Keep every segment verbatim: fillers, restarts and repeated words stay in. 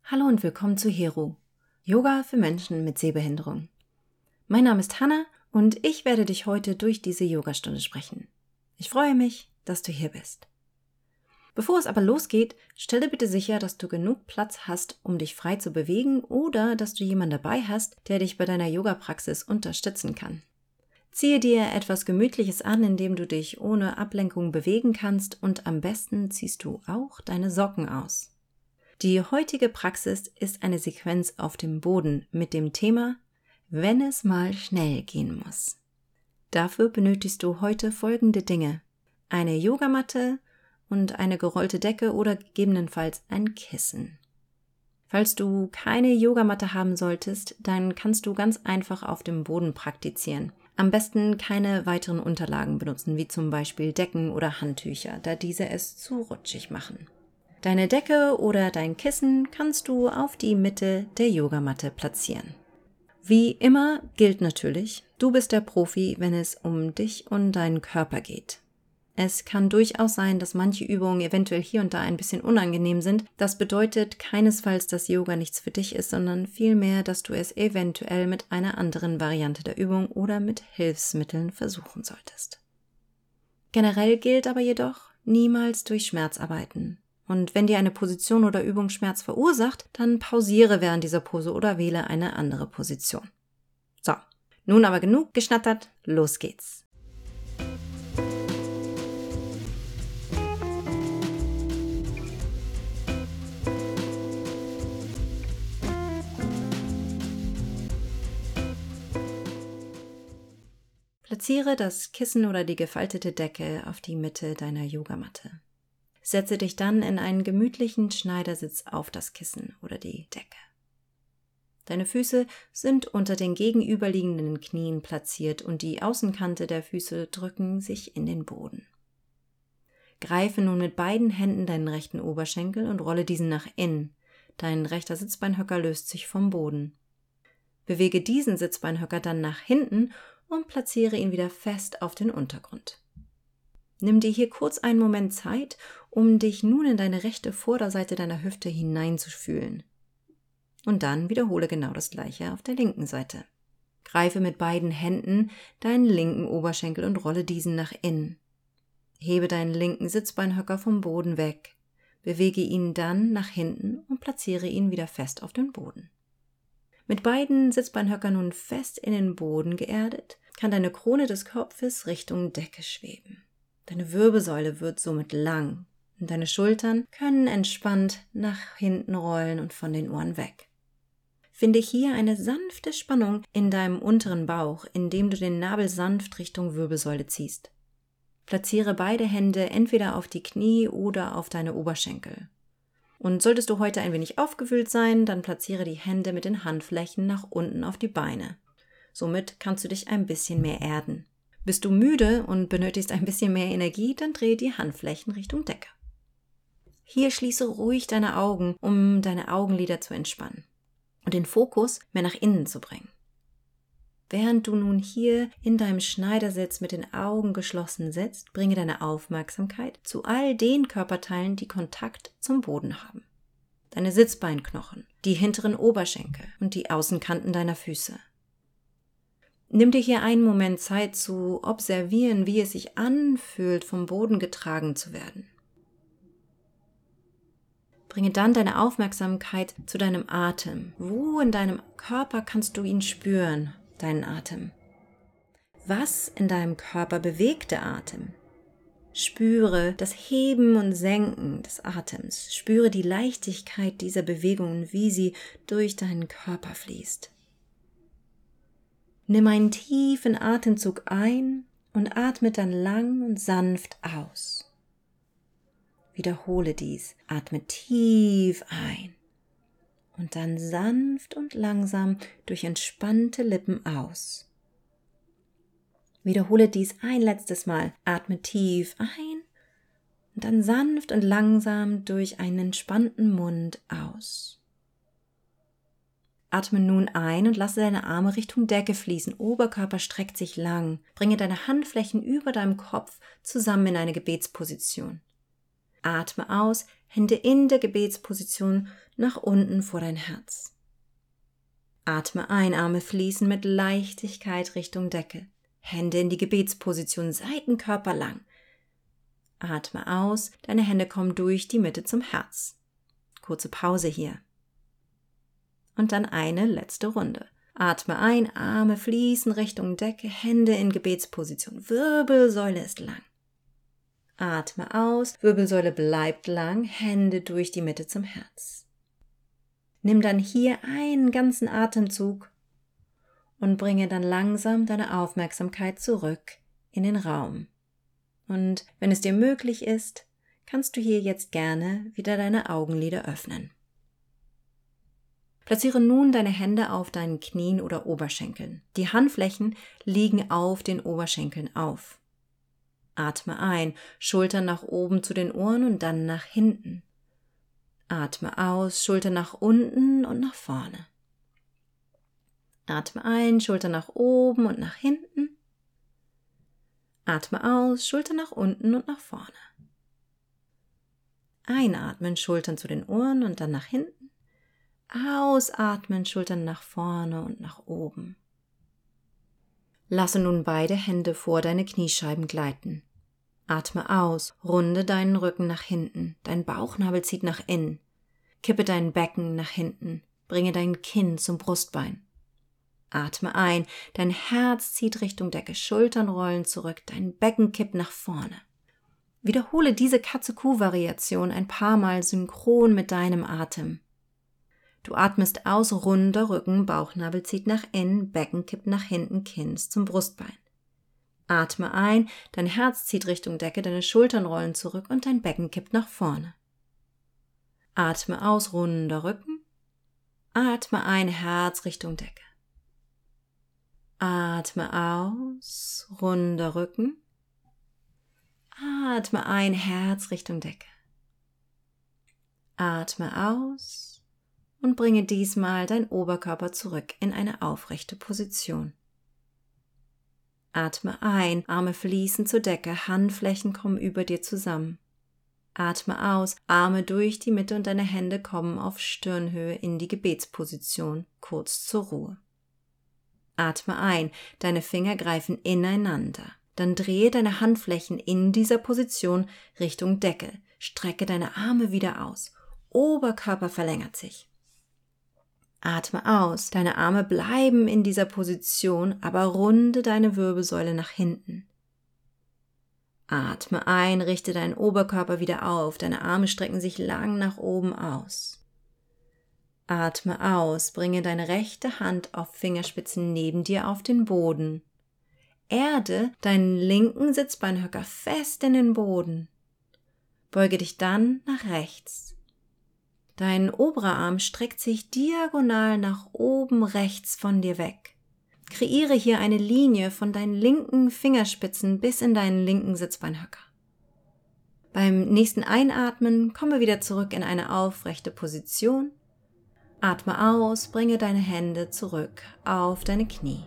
Hallo und willkommen zu Hero, Yoga für Menschen mit Sehbehinderung. Mein Name ist Hannah und ich werde dich heute durch diese Yogastunde sprechen. Ich freue mich, dass du hier bist. Bevor es aber losgeht, stell dir bitte sicher, dass du genug Platz hast, um dich frei zu bewegen oder dass du jemanden dabei hast, der dich bei deiner Yoga-Praxis unterstützen kann. Ziehe dir etwas Gemütliches an, indem du dich ohne Ablenkung bewegen kannst und am besten ziehst du auch deine Socken aus. Die heutige Praxis ist eine Sequenz auf dem Boden mit dem Thema Wenn es mal schnell gehen muss. Dafür benötigst du heute folgende Dinge: eine Yogamatte und eine gerollte Decke oder gegebenenfalls ein Kissen. Falls du keine Yogamatte haben solltest, dann kannst du ganz einfach auf dem Boden praktizieren. Am besten keine weiteren Unterlagen benutzen, wie zum Beispiel Decken oder Handtücher, da diese es zu rutschig machen. Deine Decke oder dein Kissen kannst du auf die Mitte der Yogamatte platzieren. Wie immer gilt natürlich, du bist der Profi, wenn es um dich und deinen Körper geht. Es kann durchaus sein, dass manche Übungen eventuell hier und da ein bisschen unangenehm sind. Das bedeutet keinesfalls, dass Yoga nichts für dich ist, sondern vielmehr, dass du es eventuell mit einer anderen Variante der Übung oder mit Hilfsmitteln versuchen solltest. Generell gilt aber jedoch, niemals durch Schmerz arbeiten. Und wenn dir eine Position oder Übung Schmerz verursacht, dann pausiere während dieser Pose oder wähle eine andere Position. So, nun aber genug geschnattert, los geht's. Platziere das Kissen oder die gefaltete Decke auf die Mitte deiner Yogamatte. Setze dich dann in einen gemütlichen Schneidersitz auf das Kissen oder die Decke. Deine Füße sind unter den gegenüberliegenden Knien platziert und die Außenkante der Füße drücken sich in den Boden. Greife nun mit beiden Händen deinen rechten Oberschenkel und rolle diesen nach innen. Dein rechter Sitzbeinhöcker löst sich vom Boden. Bewege diesen Sitzbeinhöcker dann nach hinten und platziere ihn wieder fest auf den Untergrund. Nimm dir hier kurz einen Moment Zeit, um dich nun in deine rechte Vorderseite deiner Hüfte hineinzufühlen. Und dann wiederhole genau das Gleiche auf der linken Seite. Greife mit beiden Händen deinen linken Oberschenkel und rolle diesen nach innen. Hebe deinen linken Sitzbeinhöcker vom Boden weg. Bewege ihn dann nach hinten und platziere ihn wieder fest auf den Boden. Mit beiden Sitzbeinhöckern nun fest in den Boden geerdet, kann deine Krone des Kopfes Richtung Decke schweben. Deine Wirbelsäule wird somit lang und deine Schultern können entspannt nach hinten rollen und von den Ohren weg. Finde hier eine sanfte Spannung in deinem unteren Bauch, indem du den Nabel sanft Richtung Wirbelsäule ziehst. Platziere beide Hände entweder auf die Knie oder auf deine Oberschenkel. Und solltest du heute ein wenig aufgewühlt sein, dann platziere die Hände mit den Handflächen nach unten auf die Beine. Somit kannst du dich ein bisschen mehr erden. Bist du müde und benötigst ein bisschen mehr Energie, dann drehe die Handflächen Richtung Decke. Hier schließe ruhig deine Augen, um deine Augenlider zu entspannen und den Fokus mehr nach innen zu bringen. Während du nun hier in deinem Schneidersitz mit den Augen geschlossen sitzt, bringe deine Aufmerksamkeit zu all den Körperteilen, die Kontakt zum Boden haben. Deine Sitzbeinknochen, die hinteren Oberschenkel und die Außenkanten deiner Füße. Nimm dir hier einen Moment Zeit zu observieren, wie es sich anfühlt, vom Boden getragen zu werden. Bringe dann deine Aufmerksamkeit zu deinem Atem. Wo in deinem Körper kannst du ihn spüren, deinen Atem? Was in deinem Körper bewegt der Atem? Spüre das Heben und Senken des Atems. Spüre die Leichtigkeit dieser Bewegungen, wie sie durch deinen Körper fließt. Nimm einen tiefen Atemzug ein und atme dann lang und sanft aus. Wiederhole dies. Atme tief ein und dann sanft und langsam durch entspannte Lippen aus. Wiederhole dies ein letztes Mal. Atme tief ein und dann sanft und langsam durch einen entspannten Mund aus. Atme nun ein und lasse deine Arme Richtung Decke fließen. Oberkörper streckt sich lang. Bringe deine Handflächen über deinem Kopf zusammen in eine Gebetsposition. Atme aus, Hände in der Gebetsposition nach unten vor dein Herz. Atme ein, Arme fließen mit Leichtigkeit Richtung Decke. Hände in die Gebetsposition, Seitenkörper lang. Atme aus, deine Hände kommen durch die Mitte zum Herz. Kurze Pause hier. Und dann eine letzte Runde. Atme ein, Arme fließen Richtung Decke, Hände in Gebetsposition, Wirbelsäule ist lang. Atme aus, Wirbelsäule bleibt lang, Hände durch die Mitte zum Herz. Nimm dann hier einen ganzen Atemzug und bringe dann langsam deine Aufmerksamkeit zurück in den Raum. Und wenn es dir möglich ist, kannst du hier jetzt gerne wieder deine Augenlider öffnen. Platziere nun deine Hände auf deinen Knien oder Oberschenkeln. Die Handflächen liegen auf den Oberschenkeln auf. Atme ein, Schultern nach oben zu den Ohren und dann nach hinten. Atme aus, Schultern nach unten und nach vorne. Atme ein, Schultern nach oben und nach hinten. Atme aus, Schultern nach unten und nach vorne. Einatmen, Schultern zu den Ohren und dann nach hinten. Ausatmen, Schultern nach vorne und nach oben. Lasse nun beide Hände vor deine Kniescheiben gleiten. Atme aus, runde deinen Rücken nach hinten, dein Bauchnabel zieht nach innen. Kippe dein Becken nach hinten, bringe dein Kinn zum Brustbein. Atme ein, dein Herz zieht Richtung Decke, Schultern rollen zurück, dein Becken kippt nach vorne. Wiederhole diese Katze-Kuh-Variation ein paar Mal synchron mit deinem Atem. Du atmest aus, runder Rücken, Bauchnabel zieht nach innen, Becken kippt nach hinten, Kinn zum Brustbein. Atme ein, dein Herz zieht Richtung Decke, deine Schultern rollen zurück und dein Becken kippt nach vorne. Atme aus, runder Rücken. Atme ein, Herz Richtung Decke. Atme aus, runder Rücken. Atme ein, Herz Richtung Decke. Atme aus und bringe diesmal dein Oberkörper zurück in eine aufrechte Position. Atme ein, Arme fließen zur Decke, Handflächen kommen über dir zusammen. Atme aus, Arme durch die Mitte und deine Hände kommen auf Stirnhöhe in die Gebetsposition, kurz zur Ruhe. Atme ein, deine Finger greifen ineinander. Dann drehe deine Handflächen in dieser Position Richtung Decke. Strecke deine Arme wieder aus. Oberkörper verlängert sich. Atme aus, deine Arme bleiben in dieser Position, aber runde deine Wirbelsäule nach hinten. Atme ein, richte deinen Oberkörper wieder auf, deine Arme strecken sich lang nach oben aus. Atme aus, bringe deine rechte Hand auf Fingerspitzen neben dir auf den Boden. Erde deinen linken Sitzbeinhöcker fest in den Boden. Beuge dich dann nach rechts. Dein oberer Arm streckt sich diagonal nach oben rechts von dir weg. Kreiere hier eine Linie von deinen linken Fingerspitzen bis in deinen linken Sitzbeinhöcker. Beim nächsten Einatmen komme wieder zurück in eine aufrechte Position. Atme aus, bringe deine Hände zurück auf deine Knie.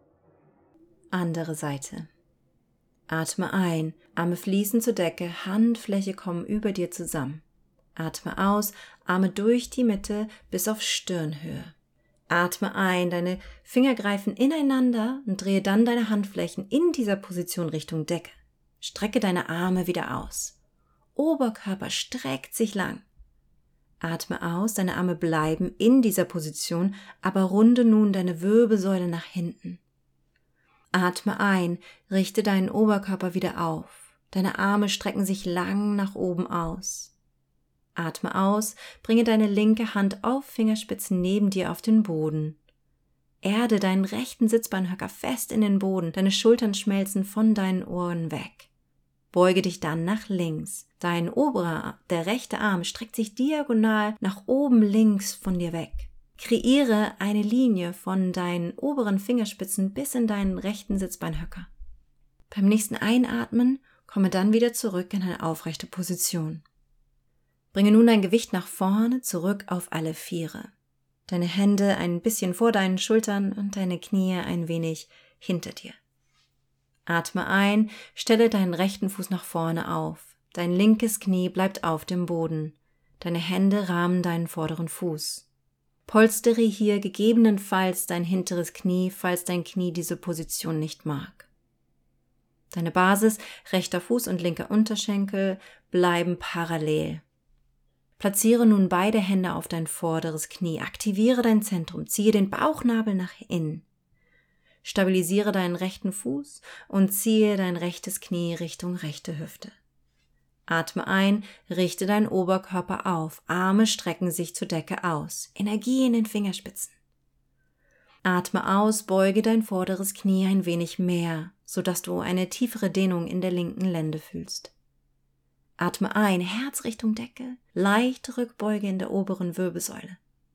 Andere Seite. Atme ein, Arme fließen zur Decke, Handfläche kommen über dir zusammen. Atme aus, Arme durch die Mitte bis auf Stirnhöhe. Atme ein, deine Finger greifen ineinander und drehe dann deine Handflächen in dieser Position Richtung Decke. Strecke deine Arme wieder aus. Oberkörper streckt sich lang. Atme aus, deine Arme bleiben in dieser Position, aber runde nun deine Wirbelsäule nach hinten. Atme ein, richte deinen Oberkörper wieder auf. Deine Arme strecken sich lang nach oben aus. Atme aus, bringe deine linke Hand auf Fingerspitzen neben dir auf den Boden. Erde deinen rechten Sitzbeinhöcker fest in den Boden, deine Schultern schmelzen von deinen Ohren weg. Beuge dich dann nach links. Dein oberer, der rechte Arm streckt sich diagonal nach oben links von dir weg. Kreiere eine Linie von deinen oberen Fingerspitzen bis in deinen rechten Sitzbeinhöcker. Beim nächsten Einatmen komme dann wieder zurück in eine aufrechte Position. Bringe nun dein Gewicht nach vorne, zurück auf alle Viere. Deine Hände ein bisschen vor deinen Schultern und deine Knie ein wenig hinter dir. Atme ein, stelle deinen rechten Fuß nach vorne auf. Dein linkes Knie bleibt auf dem Boden. Deine Hände rahmen deinen vorderen Fuß. Polstere hier gegebenenfalls dein hinteres Knie, falls dein Knie diese Position nicht mag. Deine Basis, rechter Fuß und linker Unterschenkel, bleiben parallel. Platziere nun beide Hände auf dein vorderes Knie, aktiviere dein Zentrum, ziehe den Bauchnabel nach innen. Stabilisiere deinen rechten Fuß und ziehe dein rechtes Knie Richtung rechte Hüfte. Atme ein, richte deinen Oberkörper auf, Arme strecken sich zur Decke aus, Energie in den Fingerspitzen. Atme aus, beuge dein vorderes Knie ein wenig mehr, sodass du eine tiefere Dehnung in der linken Lende fühlst. Atme ein, Herz Richtung Decke, leichte Rückbeuge in der oberen Wirbelsäule.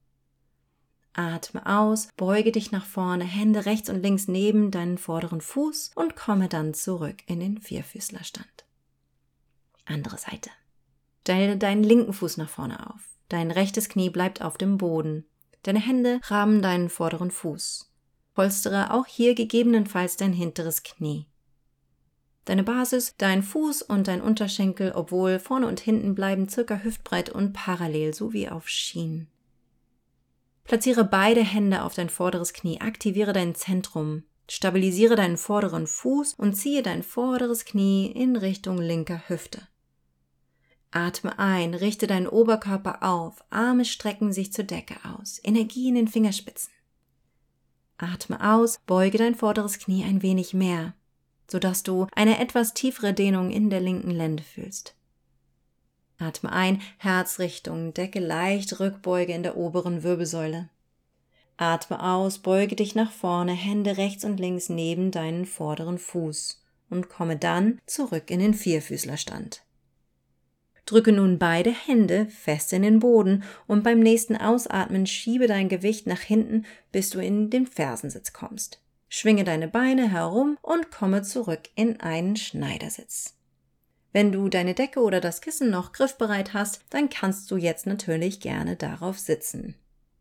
Atme aus, beuge dich nach vorne, Hände rechts und links neben deinen vorderen Fuß und komme dann zurück in den Vierfüßlerstand. Andere Seite. Stelle deinen linken Fuß nach vorne auf. Dein rechtes Knie bleibt auf dem Boden. Deine Hände rahmen deinen vorderen Fuß. Polstere auch hier gegebenenfalls dein hinteres Knie. Deine Basis, dein Fuß und dein Unterschenkel, obwohl vorne und hinten bleiben circa hüftbreit und parallel, sowie auf Schienen. Platziere beide Hände auf dein vorderes Knie, aktiviere dein Zentrum, stabilisiere deinen vorderen Fuß und ziehe dein vorderes Knie in Richtung linker Hüfte. Atme ein, richte deinen Oberkörper auf, Arme strecken sich zur Decke aus, Energie in den Fingerspitzen. Atme aus, beuge dein vorderes Knie ein wenig mehr, sodass du eine etwas tiefere Dehnung in der linken Lende fühlst. Atme ein, Herz Richtung Decke, leicht Rückbeuge in der oberen Wirbelsäule. Atme aus, beuge dich nach vorne, Hände rechts und links neben deinen vorderen Fuß und komme dann zurück in den Vierfüßlerstand. Drücke nun beide Hände fest in den Boden und beim nächsten Ausatmen schiebe dein Gewicht nach hinten, bis du in den Fersensitz kommst. Schwinge deine Beine herum und komme zurück in einen Schneidersitz. Wenn du deine Decke oder das Kissen noch griffbereit hast, dann kannst du jetzt natürlich gerne darauf sitzen.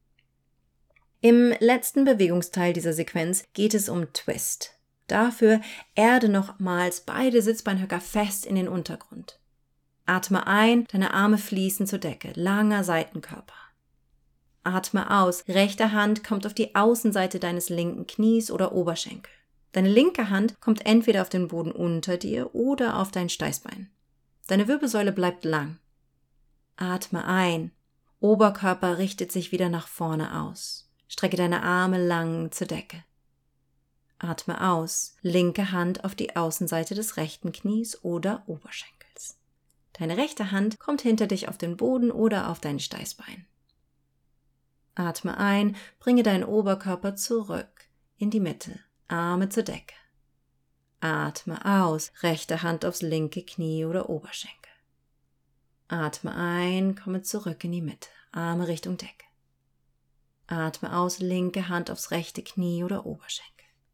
Im letzten Bewegungsteil dieser Sequenz geht es um Twist. Dafür erde nochmals beide Sitzbeinhöcker fest in den Untergrund. Atme ein, deine Arme fließen zur Decke, langer Seitenkörper. Atme aus, rechte Hand kommt auf die Außenseite deines linken Knies oder Oberschenkel. Deine linke Hand kommt entweder auf den Boden unter dir oder auf dein Steißbein. Deine Wirbelsäule bleibt lang. Atme ein, Oberkörper richtet sich wieder nach vorne aus. Strecke deine Arme lang zur Decke. Atme aus, linke Hand auf die Außenseite des rechten Knies oder Oberschenkels. Deine rechte Hand kommt hinter dich auf den Boden oder auf dein Steißbein. Atme ein, bringe deinen Oberkörper zurück in die Mitte, Arme zur Decke. Atme aus, rechte Hand aufs linke Knie oder Oberschenkel. Atme ein, komme zurück in die Mitte, Arme Richtung Decke. Atme aus, linke Hand aufs rechte Knie oder Oberschenkel.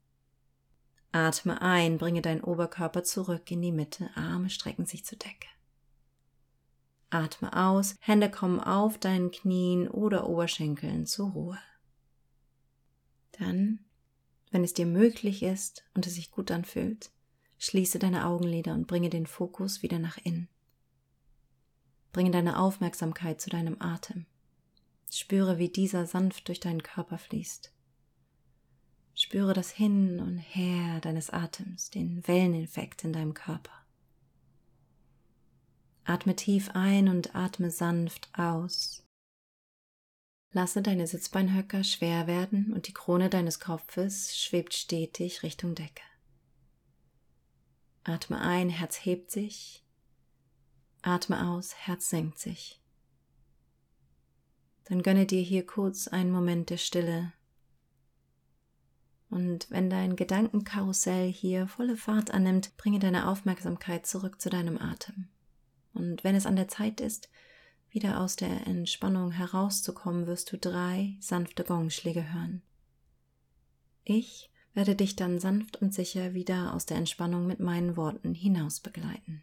Atme ein, bringe deinen Oberkörper zurück in die Mitte, Arme strecken sich zur Decke. Atme aus, Hände kommen auf deinen Knien oder Oberschenkeln zur Ruhe. Dann, wenn es dir möglich ist und es sich gut anfühlt, schließe deine Augenlider und bringe den Fokus wieder nach innen. Bringe deine Aufmerksamkeit zu deinem Atem. Spüre, wie dieser sanft durch deinen Körper fließt. Spüre das Hin und Her deines Atems, den Welleneffekt in deinem Körper. Atme tief ein und atme sanft aus. Lasse deine Sitzbeinhöcker schwer werden und die Krone deines Kopfes schwebt stetig Richtung Decke. Atme ein, Herz hebt sich. Atme aus, Herz senkt sich. Dann gönne dir hier kurz einen Moment der Stille. Und wenn dein Gedankenkarussell hier volle Fahrt annimmt, bringe deine Aufmerksamkeit zurück zu deinem Atem. Und wenn es an der Zeit ist, wieder aus der Entspannung herauszukommen, wirst du drei sanfte Gongschläge hören. Ich werde dich dann sanft und sicher wieder aus der Entspannung mit meinen Worten hinaus begleiten.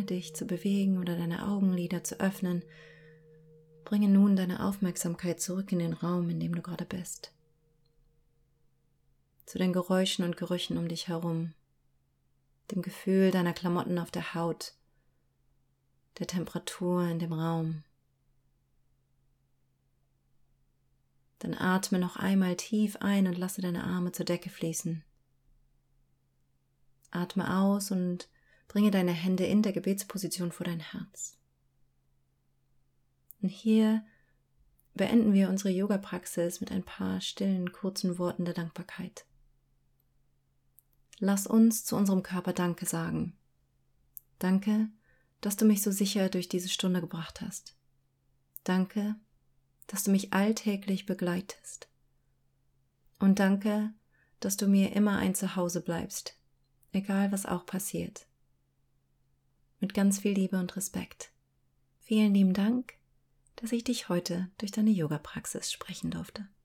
dich zu bewegen oder deine Augenlider zu öffnen, bringe nun deine Aufmerksamkeit zurück in den Raum, in dem du gerade bist. Zu den Geräuschen und Gerüchen um dich herum, dem Gefühl deiner Klamotten auf der Haut, der Temperatur in dem Raum. Dann atme noch einmal tief ein und lasse deine Arme zur Decke fließen. Atme aus und bringe deine Hände in der Gebetsposition vor dein Herz. Und hier beenden wir unsere Yoga-Praxis mit ein paar stillen, kurzen Worten der Dankbarkeit. Lass uns zu unserem Körper Danke sagen. Danke, dass du mich so sicher durch diese Stunde gebracht hast. Danke, dass du mich alltäglich begleitest. Und danke, dass du mir immer ein Zuhause bleibst, egal was auch passiert. Mit ganz viel Liebe und Respekt. Vielen lieben Dank, dass ich dich heute durch deine Yoga-Praxis sprechen durfte.